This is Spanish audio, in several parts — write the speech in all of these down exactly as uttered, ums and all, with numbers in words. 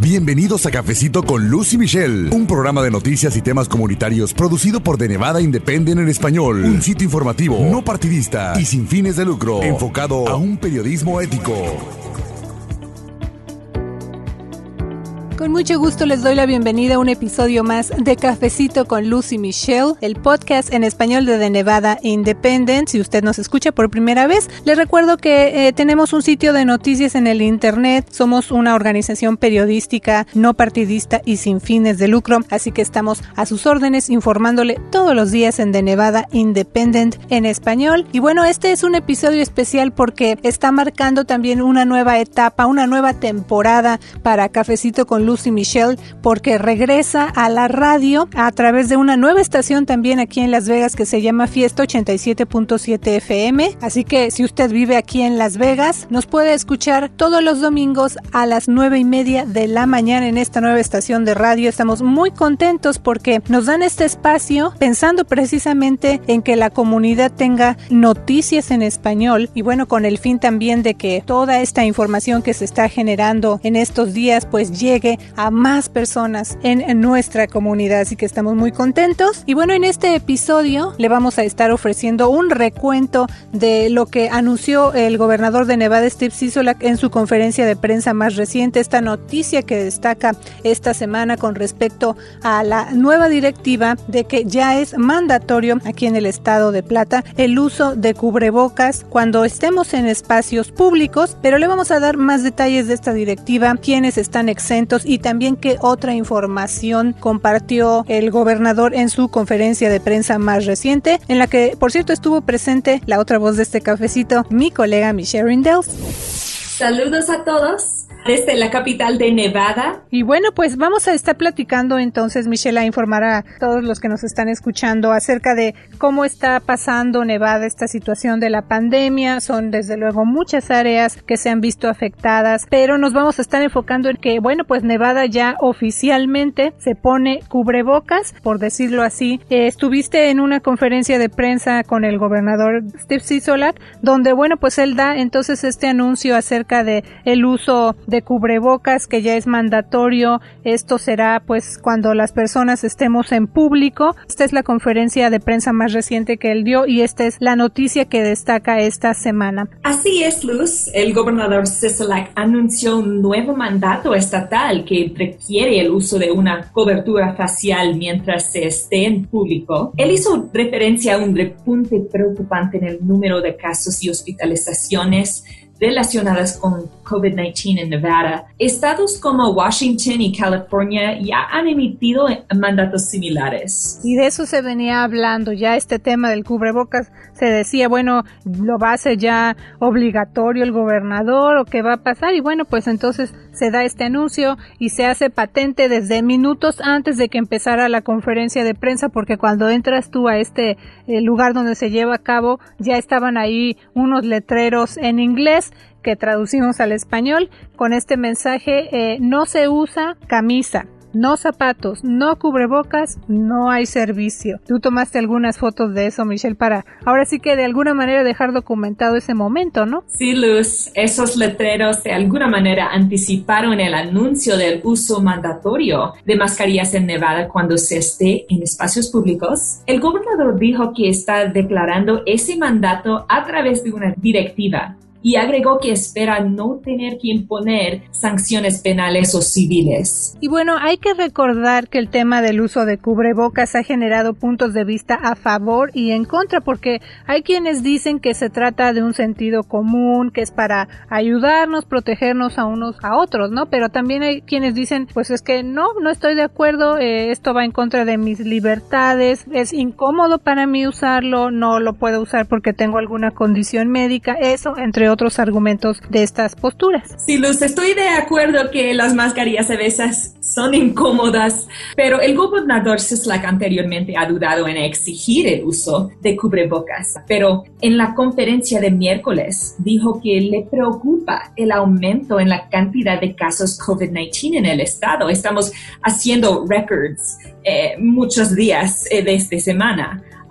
Bienvenidos a Cafecito con Luz y Michelle, un programa de noticias y temas comunitarios producido por The Nevada Independent en español, un sitio informativo, no partidista y sin fines de lucro, enfocado a un periodismo ético. Con mucho gusto les doy la bienvenida a un episodio más de Cafecito con Luz y Michelle, el podcast en español de The Nevada Independent. Si usted nos escucha por primera vez, les recuerdo que eh, tenemos un sitio de noticias en el internet. Somos una organización periodística, no partidista y sin fines de lucro, así que estamos a sus órdenes informándole todos los días en The Nevada Independent en español. Y bueno, este es un episodio especial porque está marcando también una nueva etapa, una nueva temporada para Cafecito con Luz y Michelle, porque regresa a la radio a través de una nueva estación también aquí en Las Vegas que se llama Fiesta ochenta y siete punto siete F M. Así que si usted vive aquí en Las Vegas, nos puede escuchar todos los domingos a las nueve y media de la mañana en esta nueva estación de radio. Estamos muy contentos porque nos dan este espacio pensando precisamente en que la comunidad tenga noticias en español y bueno, con el fin también de que toda esta información que se está generando en estos días pues llegue a más personas en, en nuestra comunidad, así que estamos muy contentos. Y bueno, en este episodio le vamos a estar ofreciendo un recuento de lo que anunció el gobernador de Nevada, Steve Sisolak, en su conferencia de prensa más reciente, esta noticia que destaca esta semana con respecto a la nueva directiva de que ya es mandatorio aquí en el estado de Plata el uso de cubrebocas cuando estemos en espacios públicos, pero le vamos a dar más detalles de esta directiva, quiénes están exentos y también qué otra información compartió el gobernador en su conferencia de prensa más reciente, en la que, por cierto, estuvo presente la otra voz de este cafecito, mi colega Michelle Rindels. Saludos a todos desde la capital de Nevada. Y bueno, pues vamos a estar platicando entonces, Michelle, a informar a todos los que nos están escuchando acerca de cómo está pasando Nevada esta situación de la pandemia. Son desde luego muchas áreas que se han visto afectadas, pero nos vamos a estar enfocando en que, bueno, pues Nevada ya oficialmente se pone cubrebocas, por decirlo así. Eh, estuviste en una conferencia de prensa con el gobernador Steve Sisolak, donde, bueno, pues él da entonces este anuncio acerca de el uso de cubrebocas que ya es mandatorio. Esto será pues cuando las personas estemos en público. Esta es la conferencia de prensa más reciente que él dio y esta es la noticia que destaca esta semana. Así es, Luz. El gobernador Sisolak anunció un nuevo mandato estatal que requiere el uso de una cobertura facial mientras se esté en público. Él hizo referencia a un repunte preocupante en el número de casos y hospitalizaciones relacionadas con COVID diecinueve en Nevada. Estados como Washington y California ya han emitido mandatos similares. Y de eso se venía hablando, ya este tema del cubrebocas, se decía, bueno, lo va a hacer ya obligatorio el gobernador o qué va a pasar, y bueno, pues entonces se da este anuncio y se hace patente desde minutos antes de que empezara la conferencia de prensa, porque cuando entras tú a este eh, lugar donde se lleva a cabo, ya estaban ahí unos letreros en inglés que traducimos al español con este mensaje: eh, no se usa camisa, no zapatos, no cubrebocas, no hay servicio. Tú tomaste algunas fotos de eso, Michelle, para ahora sí que de alguna manera dejar documentado ese momento, ¿no? Sí, Luz, esos letreros de alguna manera anticiparon el anuncio del uso mandatorio de mascarillas en Nevada cuando se esté en espacios públicos. El gobernador dijo que está declarando ese mandato a través de una directiva y agregó que espera no tener que imponer sanciones penales o civiles. Y bueno, hay que recordar que el tema del uso de cubrebocas ha generado puntos de vista a favor y en contra, porque hay quienes dicen que se trata de un sentido común, que es para ayudarnos, protegernos a unos a otros, ¿no? Pero también hay quienes dicen, pues es que no, no estoy de acuerdo, eh, esto va en contra de mis libertades, es incómodo para mí usarlo, no lo puedo usar porque tengo alguna condición médica, eso entre otros argumentos de estas posturas. Sí, Luz, estoy de acuerdo que las mascarillas a veces son incómodas, pero el gobernador Sisolak anteriormente ha dudado en exigir el uso de cubrebocas, pero en la conferencia de miércoles dijo que le preocupa el aumento en la cantidad de casos COVID diecinueve en el estado. Estamos haciendo records eh, muchos días eh, de esta semana.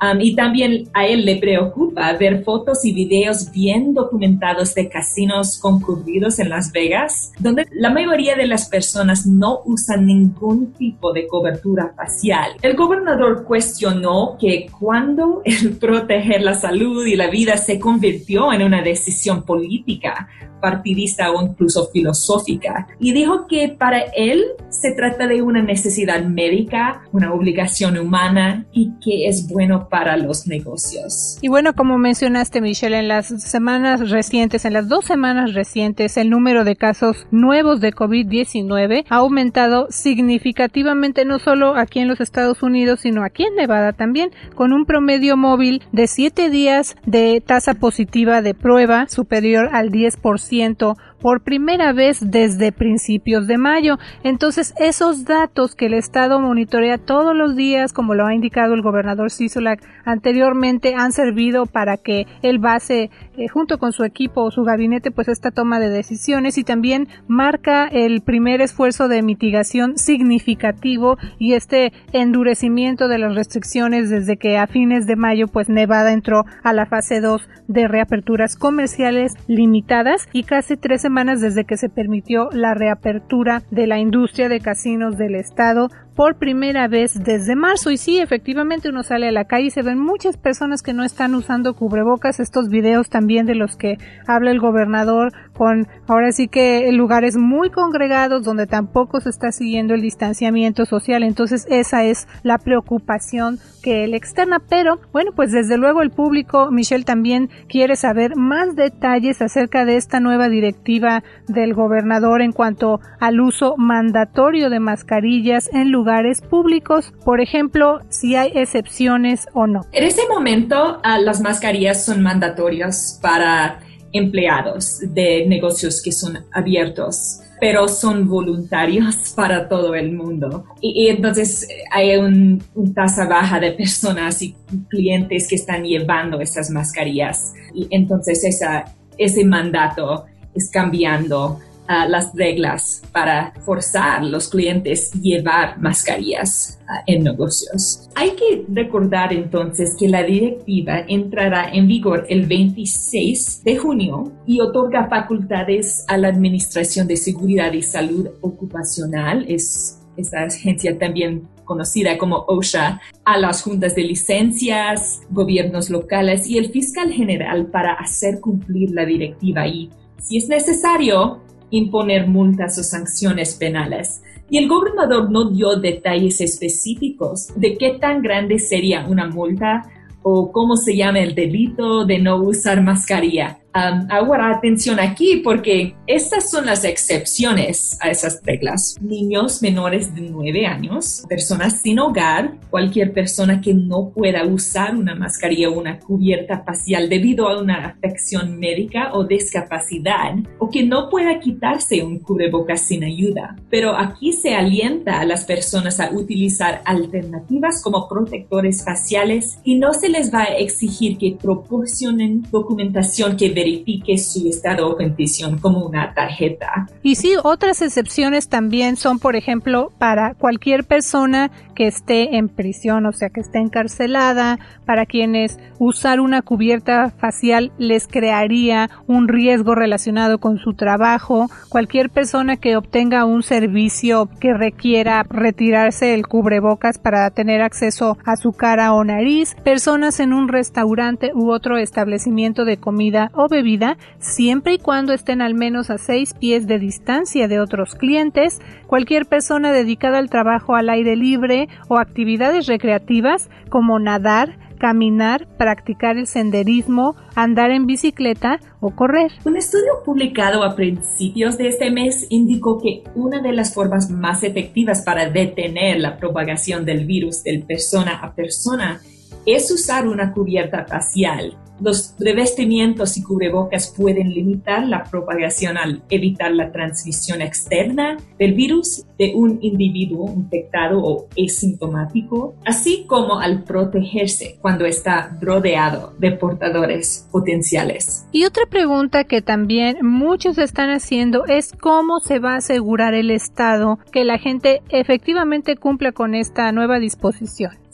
Um, y también a él le preocupa ver fotos y videos bien documentados de casinos concurridos en Las Vegas, donde la mayoría de las personas no usan ningún tipo de cobertura facial. El gobernador cuestionó que cuando el proteger la salud y la vida se convirtió en una decisión política, partidista o incluso filosófica, y dijo que para él se trata de una necesidad médica, una obligación humana y que es bueno para los negocios. Y bueno, como mencionaste, Michelle, en las semanas recientes, en las dos semanas recientes, el número de casos nuevos de COVID diecinueve ha aumentado significativamente, no solo aquí en los Estados Unidos, sino aquí en Nevada también, con un promedio móvil de siete días de tasa positiva de prueba superior al diez por ciento por primera vez desde principios de mayo. Entonces, esos datos que el Estado monitorea todos los días, como lo ha indicado el gobernador Sisolak anteriormente, han servido para que él base, eh, junto con su equipo o su gabinete, pues esta toma de decisiones, y también marca el primer esfuerzo de mitigación significativo y este endurecimiento de las restricciones desde que a fines de mayo, pues Nevada entró a la fase dos de reaperturas comerciales limitadas, y casi tres semanas desde que se permitió la reapertura de la industria de casinos del estado por primera vez desde marzo. Y sí, efectivamente uno sale a la calle y se ven muchas personas que no están usando cubrebocas. Estos videos también de los que habla el gobernador, con ahora sí que lugares muy congregados donde tampoco se está siguiendo el distanciamiento social. Entonces esa es la preocupación que él externa. Pero bueno, pues desde luego el público, Michelle, también quiere saber más detalles acerca de esta nueva directiva del gobernador en cuanto al uso mandatorio de mascarillas en lugares públicos, por ejemplo, si hay excepciones o no. En ese momento, uh, las mascarillas son mandatorias para empleados de negocios que son abiertos, pero son voluntarios para todo el mundo. Y, y entonces hay un, un tasa baja de personas y clientes que están llevando esas mascarillas. Y entonces esa, ese mandato es cambiando Uh, las reglas para forzar a los clientes a llevar mascarillas uh, en negocios. Hay que recordar entonces que la directiva entrará en vigor el veintiséis de junio y otorga facultades a la Administración de Seguridad y Salud Ocupacional, es esa agencia también conocida como OSHA, a las juntas de licencias, gobiernos locales y el fiscal general para hacer cumplir la directiva y, si es necesario, imponer multas o sanciones penales. Y el gobernador no dio detalles específicos de qué tan grande sería una multa o cómo se llama el delito de no usar mascarilla. Um, ahora atención aquí porque estas son las excepciones a esas reglas. Niños menores de nueve años, personas sin hogar, cualquier persona que no pueda usar una mascarilla o una cubierta facial debido a una afección médica o discapacidad, o que no pueda quitarse un cubrebocas sin ayuda. Pero aquí se alienta a las personas a utilizar alternativas como protectores faciales y no se les va a exigir que proporcionen documentación que verifique su estado o condición como una tarjeta. Y sí, otras excepciones también son, por ejemplo, para cualquier persona que esté en prisión, o sea, que esté encarcelada, para quienes usar una cubierta facial les crearía un riesgo relacionado con su trabajo, cualquier persona que obtenga un servicio que requiera retirarse el cubrebocas para tener acceso a su cara o nariz, personas en un restaurante u otro establecimiento de comida o bebida, siempre y cuando estén al menos a seis pies de distancia de otros clientes, cualquier persona dedicada al trabajo al aire libre o actividades recreativas como nadar, caminar, practicar el senderismo, andar en bicicleta o correr. Un estudio publicado a principios de este mes indicó que una de las formas más efectivas para detener la propagación del virus de persona a persona es usar una cubierta facial. Los revestimientos y cubrebocas pueden limitar la propagación al evitar la transmisión externa del virus de un individuo infectado o asintomático, así como al protegerse cuando está rodeado de portadores potenciales. Y otra pregunta que también muchos están haciendo es cómo se va a asegurar el Estado que la gente efectivamente cumpla con esta nueva disposición.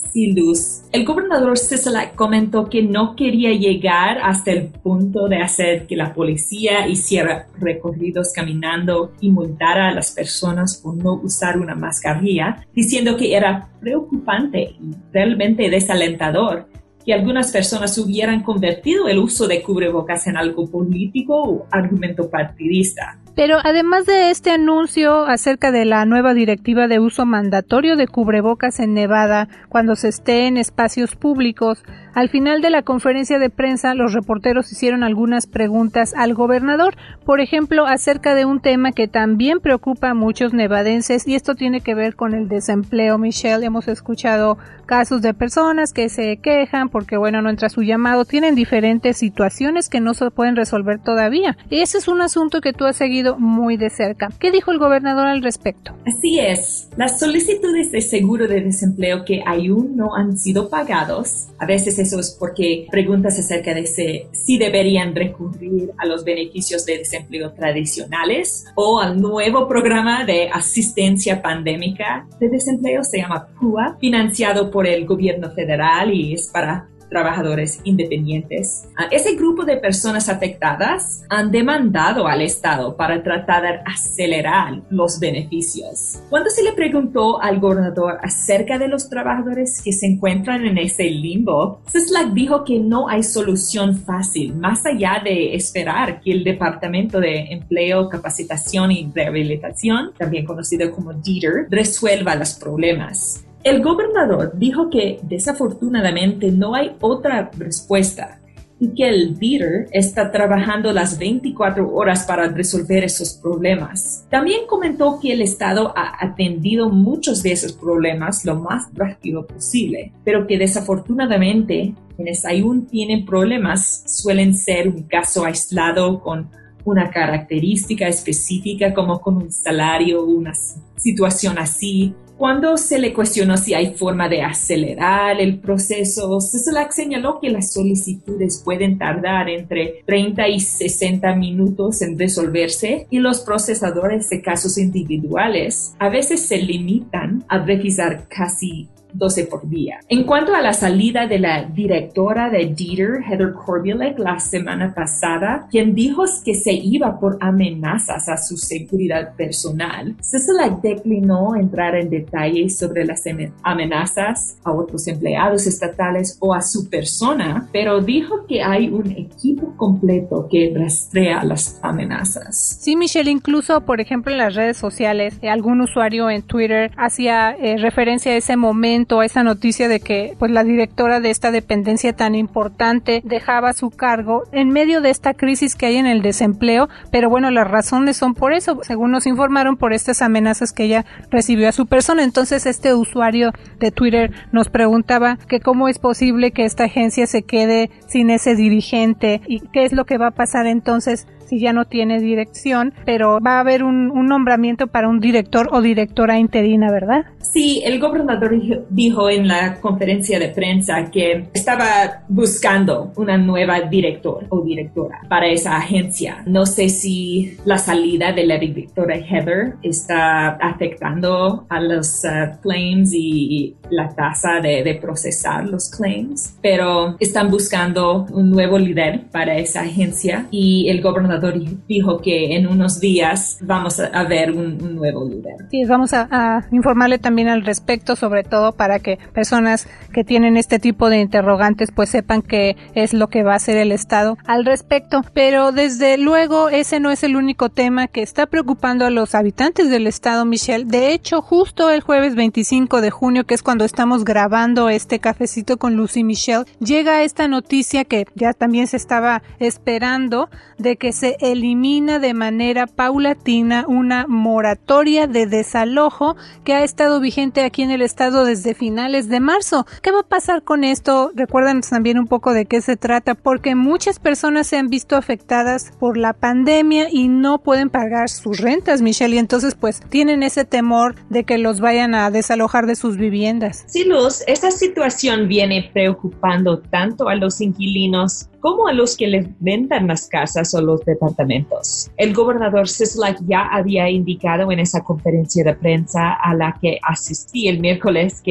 Sí, Luz. El gobernador Sisolak comentó que no quería llegar hasta el punto de hacer que la policía hiciera recorridos caminando y multara a las personas por no usar una mascarilla, diciendo que era preocupante y realmente desalentador que algunas personas hubieran convertido el uso de cubrebocas en algo político o argumento partidista. Pero además de este anuncio acerca de la nueva directiva de uso mandatorio de cubrebocas en Nevada cuando se esté en espacios públicos, al final de la conferencia de prensa los reporteros hicieron algunas preguntas al gobernador, por ejemplo, acerca de un tema que también preocupa a muchos nevadenses y esto tiene que ver con el desempleo. Michelle, hemos escuchado casos de personas que se quejan porque, bueno, no entra su llamado, tienen diferentes situaciones que no se pueden resolver todavía. Y ese es un asunto que tú has seguido muy de cerca. ¿Qué dijo el gobernador al respecto? Así es. Las solicitudes de seguro de desempleo que aún no han sido pagados, a veces eso es porque preguntas acerca de si, si deberían recurrir a los beneficios de desempleo tradicionales o al nuevo programa de asistencia pandémica de desempleo, se llama P U A, financiado por el gobierno federal y es para trabajadores independientes. Ese grupo de personas afectadas han demandado al Estado para tratar de acelerar los beneficios. Cuando se le preguntó al gobernador acerca de los trabajadores que se encuentran en ese limbo, Sisolak dijo que no hay solución fácil, más allá de esperar que el Departamento de Empleo, Capacitación y Rehabilitación, también conocido como D E T E R, resuelva los problemas. El gobernador dijo que desafortunadamente no hay otra respuesta y que el D E T E R está trabajando las veinticuatro horas para resolver esos problemas. También comentó que el Estado ha atendido muchos de esos problemas lo más rápido posible, pero que desafortunadamente quienes aún tienen problemas suelen ser un caso aislado con una característica específica como con un salario o una situación así. Cuando se le cuestionó si hay forma de acelerar el proceso, Sisolak señaló que las solicitudes pueden tardar entre treinta y sesenta minutos en resolverse y los procesadores de casos individuales a veces se limitan a revisar casi doce por día. En cuanto a la salida de la directora de D E T E R, Heather Korbielek, la semana pasada, quien dijo que se iba por amenazas a su seguridad personal, Sisolak declinó entrar en detalles sobre las amenazas a otros empleados estatales o a su persona, pero dijo que hay un equipo completo que rastrea las amenazas. Sí, Michelle, incluso, por ejemplo, en las redes sociales, eh, algún usuario en Twitter hacía eh, referencia a ese momento, a esa noticia de que pues la directora de esta dependencia tan importante dejaba su cargo en medio de esta crisis que hay en el desempleo, pero bueno, las razones son por eso, según nos informaron, por estas amenazas que ella recibió a su persona. Entonces este usuario de Twitter nos preguntaba que cómo es posible que esta agencia se quede sin ese dirigente y qué es lo que va a pasar entonces si ya no tiene dirección, pero va a haber un, un nombramiento para un director o directora interina, ¿verdad? Sí, el gobernador dijo en la conferencia de prensa que estaba buscando una nueva director o directora para esa agencia. No sé si la salida de la directora Heather está afectando a los uh, claims y la tasa de, de procesar los claims, pero están buscando un nuevo líder para esa agencia y el gobernador dijo que en unos días vamos a, a ver un, un nuevo líder. Sí, vamos a, a informarle también al respecto, sobre todo para que personas que tienen este tipo de interrogantes pues sepan qué es lo que va a hacer el Estado al respecto. Pero desde luego ese no es el único tema que está preocupando a los habitantes del Estado, Michelle. De hecho, justo el jueves veinticinco de junio, que es cuando estamos grabando este cafecito con Lucy Michelle, llega esta noticia que ya también se estaba esperando, de que se elimina de manera paulatina una moratoria de desalojo que ha estado vigente aquí en el estado desde finales de marzo. ¿Qué va a pasar con esto? Recuerdan también un poco de qué se trata, porque muchas personas se han visto afectadas por la pandemia y no pueden pagar sus rentas, Michelle, y entonces pues tienen ese temor de que los vayan a desalojar de sus viviendas. Sí, Luz, esta situación viene preocupando tanto a los inquilinos como a los que les vendan las casas o los departamentos. El gobernador Sisolak ya había indicado en esa conferencia de prensa a la que asistí el miércoles que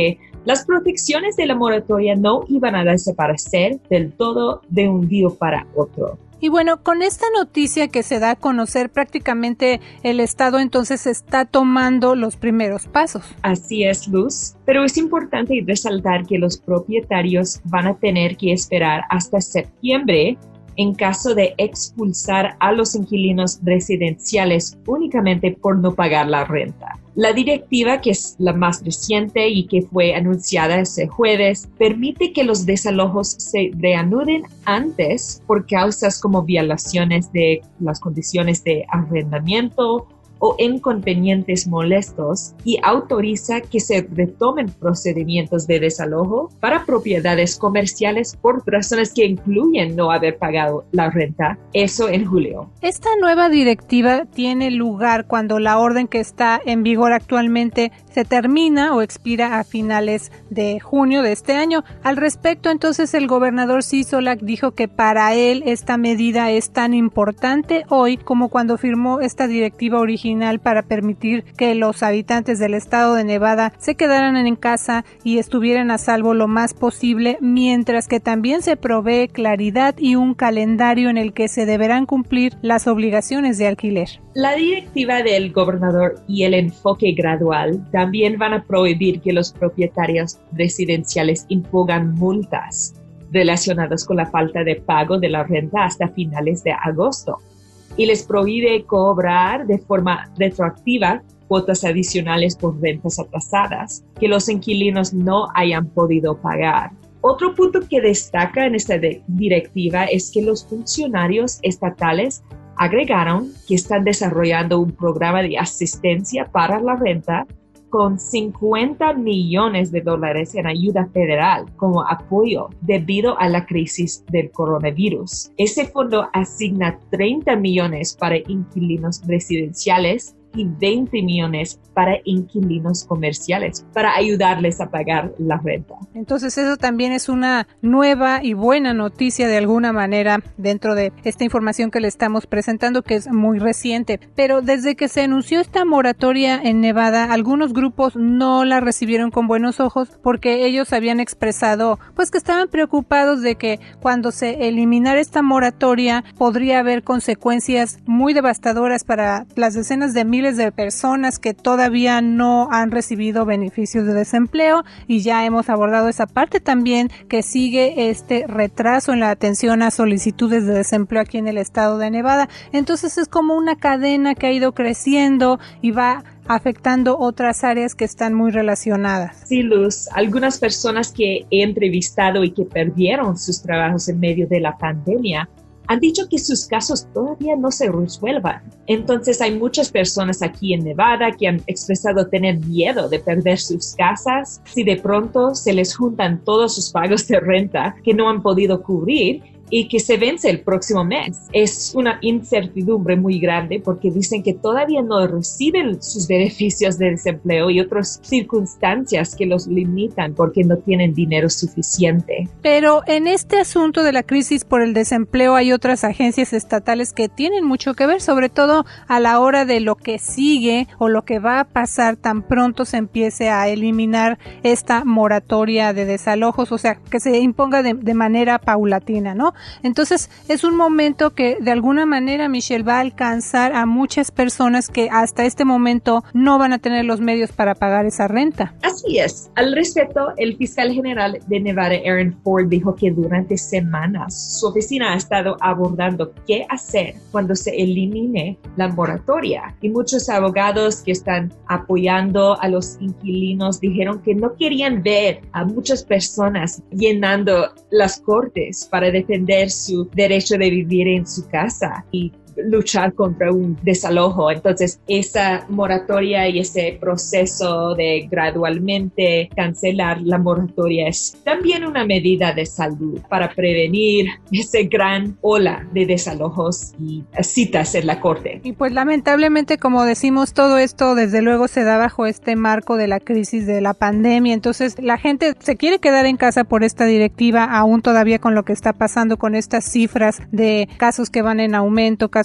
Las protecciones de la moratoria no iban a desaparecer del todo de un día para otro. Y bueno, con esta noticia que se da a conocer, prácticamente el Estado entonces está tomando los primeros pasos. Así es, Luz, pero es importante resaltar que los propietarios van a tener que esperar hasta septiembre en caso de expulsar a los inquilinos residenciales únicamente por no pagar la renta. La directiva, que es la más reciente y que fue anunciada ese jueves, permite que los desalojos se reanuden antes por causas como violaciones de las condiciones de arrendamiento o inconvenientes molestos y autoriza que se retomen procedimientos de desalojo para propiedades comerciales por razones que incluyen no haber pagado la renta, eso en julio. Esta nueva directiva tiene lugar cuando la orden que está en vigor actualmente se termina o expira a finales de junio de este año. Al respecto, entonces, el gobernador Sisolak dijo que para él esta medida es tan importante hoy como cuando firmó esta directiva original para permitir que los habitantes del estado de Nevada se quedaran en casa y estuvieran a salvo lo más posible, mientras que también se provee claridad y un calendario en el que se deberán cumplir las obligaciones de alquiler. La directiva del gobernador y el enfoque gradual también van a prohibir que los propietarios residenciales impongan multas relacionadas con la falta de pago de la renta hasta finales de agosto. Y les prohíbe cobrar de forma retroactiva cuotas adicionales por rentas atrasadas que los inquilinos no hayan podido pagar. Otro punto que destaca en esta de- directiva es que los funcionarios estatales agregaron que están desarrollando un programa de asistencia para la renta con cincuenta millones de dólares en ayuda federal como apoyo debido a la crisis del coronavirus. Ese fondo asigna treinta millones para inquilinos residenciales y veinte millones para inquilinos comerciales para ayudarles a pagar la renta. Entonces eso también es una nueva y buena noticia de alguna manera dentro de esta información que le estamos presentando, que es muy reciente. Pero desde que se anunció esta moratoria en Nevada, algunos grupos no la recibieron con buenos ojos porque ellos habían expresado pues que estaban preocupados de que cuando se eliminara esta moratoria podría haber consecuencias muy devastadoras para las decenas de miles de personas que todavía no han recibido beneficios de desempleo, y ya hemos abordado esa parte también, que sigue este retraso en la atención a solicitudes de desempleo aquí en el estado de Nevada. Entonces es como una cadena que ha ido creciendo y va afectando otras áreas que están muy relacionadas. Sí, Luz, algunas personas que he entrevistado y que perdieron sus trabajos en medio de la pandemia han dicho que sus casos todavía no se resuelvan. Entonces hay muchas personas aquí en Nevada que han expresado tener miedo de perder sus casas si de pronto se les juntan todos sus pagos de renta que no han podido cubrir y que se vence el próximo mes. Es una incertidumbre muy grande porque dicen que todavía no reciben sus beneficios de desempleo y otras circunstancias que los limitan porque no tienen dinero suficiente. Pero en este asunto de la crisis por el desempleo hay otras agencias estatales que tienen mucho que ver, sobre todo a la hora de lo que sigue o lo que va a pasar tan pronto se empiece a eliminar esta moratoria de desalojos, o sea, que se imponga de, de manera paulatina, ¿no? Entonces es un momento que de alguna manera, Michelle, va a alcanzar a muchas personas que hasta este momento no van a tener los medios para pagar esa renta. Así es. Al respecto, el fiscal general de Nevada, Aaron Ford, dijo que durante semanas su oficina ha estado abordando qué hacer cuando se elimine la moratoria. Y muchos abogados que están apoyando a los inquilinos dijeron que no querían ver a muchas personas llenando las cortes para defender su derecho de vivir en su casa y luchar contra un desalojo. Entonces, esa moratoria y ese proceso de gradualmente cancelar la moratoria es también una medida de salud para prevenir esa gran ola de desalojos y citas en la corte. Y pues lamentablemente, como decimos, todo esto desde luego se da bajo este marco de la crisis de la pandemia. Entonces, la gente se quiere quedar en casa por esta directiva, aún todavía con lo que está pasando con estas cifras de casos que van en aumento, casos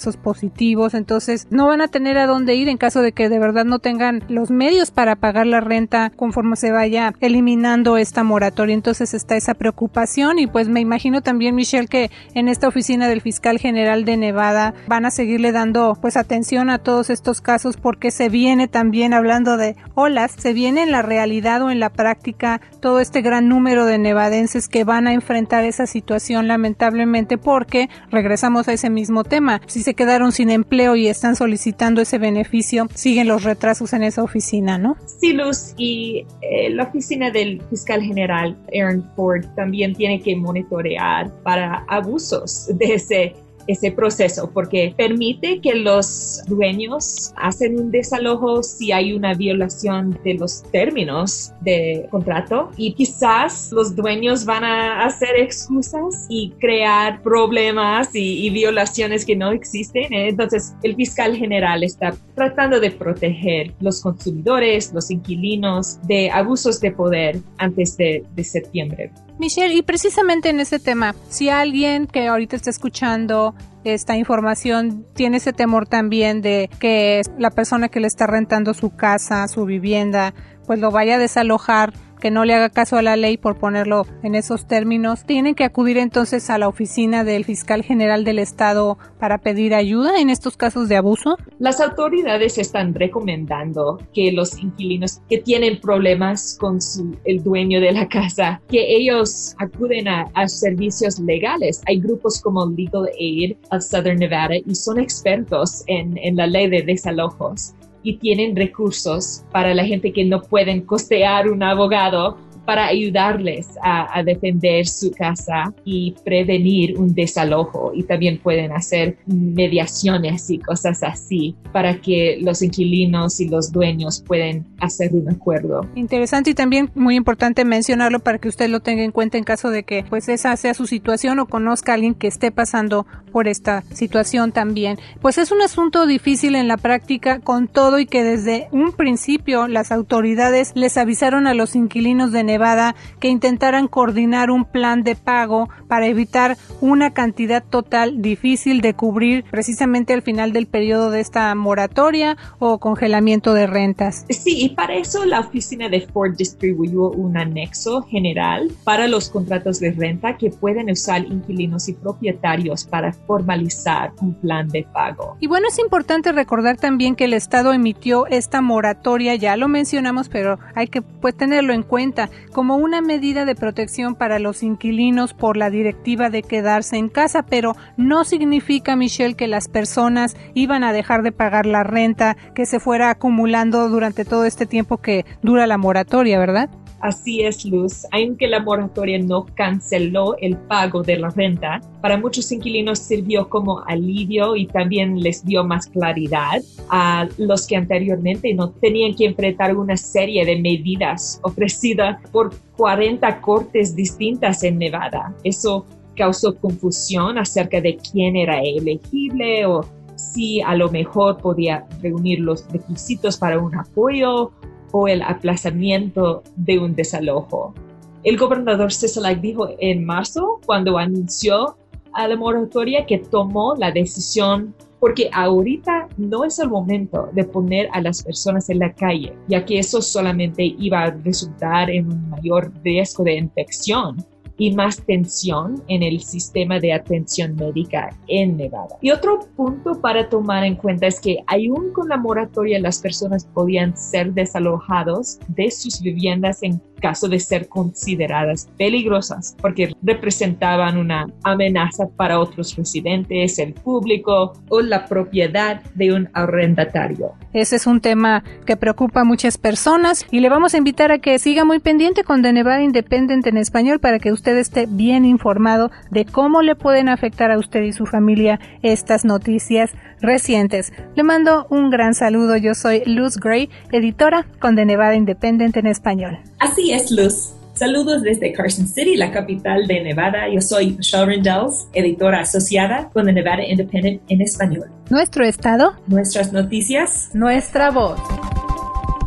casos positivos, entonces no van a tener a dónde ir en caso de que de verdad no tengan los medios para pagar la renta conforme se vaya eliminando esta moratoria. Entonces está esa preocupación y pues me imagino también, Michelle, que en esta oficina del fiscal general de Nevada van a seguirle dando pues atención a todos estos casos, porque se viene también, hablando de olas, se viene en la realidad o en la práctica todo este gran número de nevadenses que van a enfrentar esa situación lamentablemente, porque regresamos a ese mismo tema, si se quedaron sin empleo y están solicitando ese beneficio, siguen los retrasos en esa oficina, ¿no? Sí, Luz, y eh, la oficina del fiscal general Aaron Ford también tiene que monitorear para abusos de ese ese proceso, porque permite que los dueños hacen un desalojo si hay una violación de los términos de contrato, y quizás los dueños van a hacer excusas y crear problemas y, y violaciones que no existen. Entonces el fiscal general está tratando de proteger los consumidores, los inquilinos de abusos de poder antes de, de septiembre. Michelle, y precisamente en ese tema, si alguien que ahorita está escuchando esta información tiene ese temor también de que la persona que le está rentando su casa, su vivienda, pues lo vaya a desalojar, que no le haga caso a la ley por ponerlo en esos términos, tienen que acudir entonces a la oficina del fiscal general del estado para pedir ayuda en estos casos de abuso. Las autoridades están recomendando que los inquilinos que tienen problemas con su, el dueño de la casa, que ellos acuden a, a servicios legales. Hay grupos como Legal Aid of Southern Nevada y son expertos en, en la ley de desalojos, y tienen recursos para la gente que no pueden costear un abogado para ayudarles a, a defender su casa y prevenir un desalojo. Y también pueden hacer mediaciones y cosas así para que los inquilinos y los dueños puedan hacer un acuerdo. Interesante, y también muy importante mencionarlo para que usted lo tenga en cuenta en caso de que pues esa sea su situación o conozca a alguien que esté pasando por esta situación también. Pues es un asunto difícil en la práctica, con todo y que desde un principio las autoridades les avisaron a los inquilinos de Nevada que intentaran coordinar un plan de pago para evitar una cantidad total difícil de cubrir precisamente al final del periodo de esta moratoria o congelamiento de rentas. Sí, y para eso la oficina de Ford distribuyó un anexo general para los contratos de renta que pueden usar inquilinos y propietarios para formalizar un plan de pago. Y bueno, es importante recordar también que el Estado emitió esta moratoria, ya lo mencionamos, pero hay que pues tenerlo en cuenta, como una medida de protección para los inquilinos por la directiva de quedarse en casa, pero no significa, Michelle, que las personas iban a dejar de pagar la renta que se fuera acumulando durante todo este tiempo que dura la moratoria, ¿verdad? Así es, Luz. Aunque la moratoria no canceló el pago de la renta, para muchos inquilinos sirvió como alivio y también les dio más claridad a los que anteriormente no tenían que enfrentar una serie de medidas ofrecidas por cuarenta cortes distintas en Nevada. Eso causó confusión acerca de quién era elegible o si a lo mejor podía reunir los requisitos para un apoyo o el aplazamiento de un desalojo. El gobernador Sisolak dijo en marzo, cuando anunció a la moratoria, que tomó la decisión porque ahorita no es el momento de poner a las personas en la calle, ya que eso solamente iba a resultar en un mayor riesgo de infección y más tensión en el sistema de atención médica en Nevada. Y otro punto para tomar en cuenta es que aún con la moratoria las personas podían ser desalojados de sus viviendas en caso de ser consideradas peligrosas, porque representaban una amenaza para otros residentes, el público o la propiedad de un arrendatario. Ese es un tema que preocupa a muchas personas y le vamos a invitar a que siga muy pendiente con The Nevada Independent en español para que usted esté bien informado de cómo le pueden afectar a usted y su familia estas noticias recientes. Le mando un gran saludo. Yo soy Luz Gray, editora con The Nevada Independent en español. Así es, Luz. Saludos desde Carson City, la capital de Nevada. Yo soy Michelle Rendells, editora asociada con The Nevada Independent en español. Nuestro estado, nuestras noticias, nuestra voz.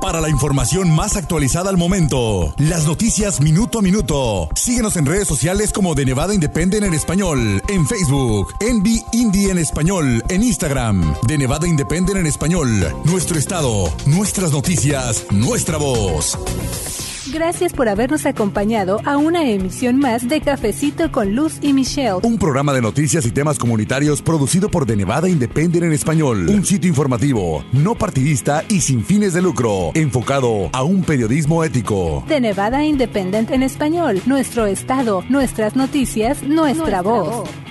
para la información más actualizada al momento. Las noticias minuto a minuto. Síguenos en redes sociales como de Nevada Independent en español, en Facebook, N B Indie en español, en Instagram, de Nevada Independent en español. Nuestro estado, nuestras noticias, nuestra voz. Gracias por habernos acompañado a una emisión más de Cafecito con Luz y Michelle. Un programa de noticias y temas comunitarios producido por de Nevada Independent en español. Un sitio informativo, no partidista y sin fines de lucro, enfocado a un periodismo ético. De Nevada Independent en español. Nuestro estado, nuestras noticias, nuestra, nuestra voz. voz.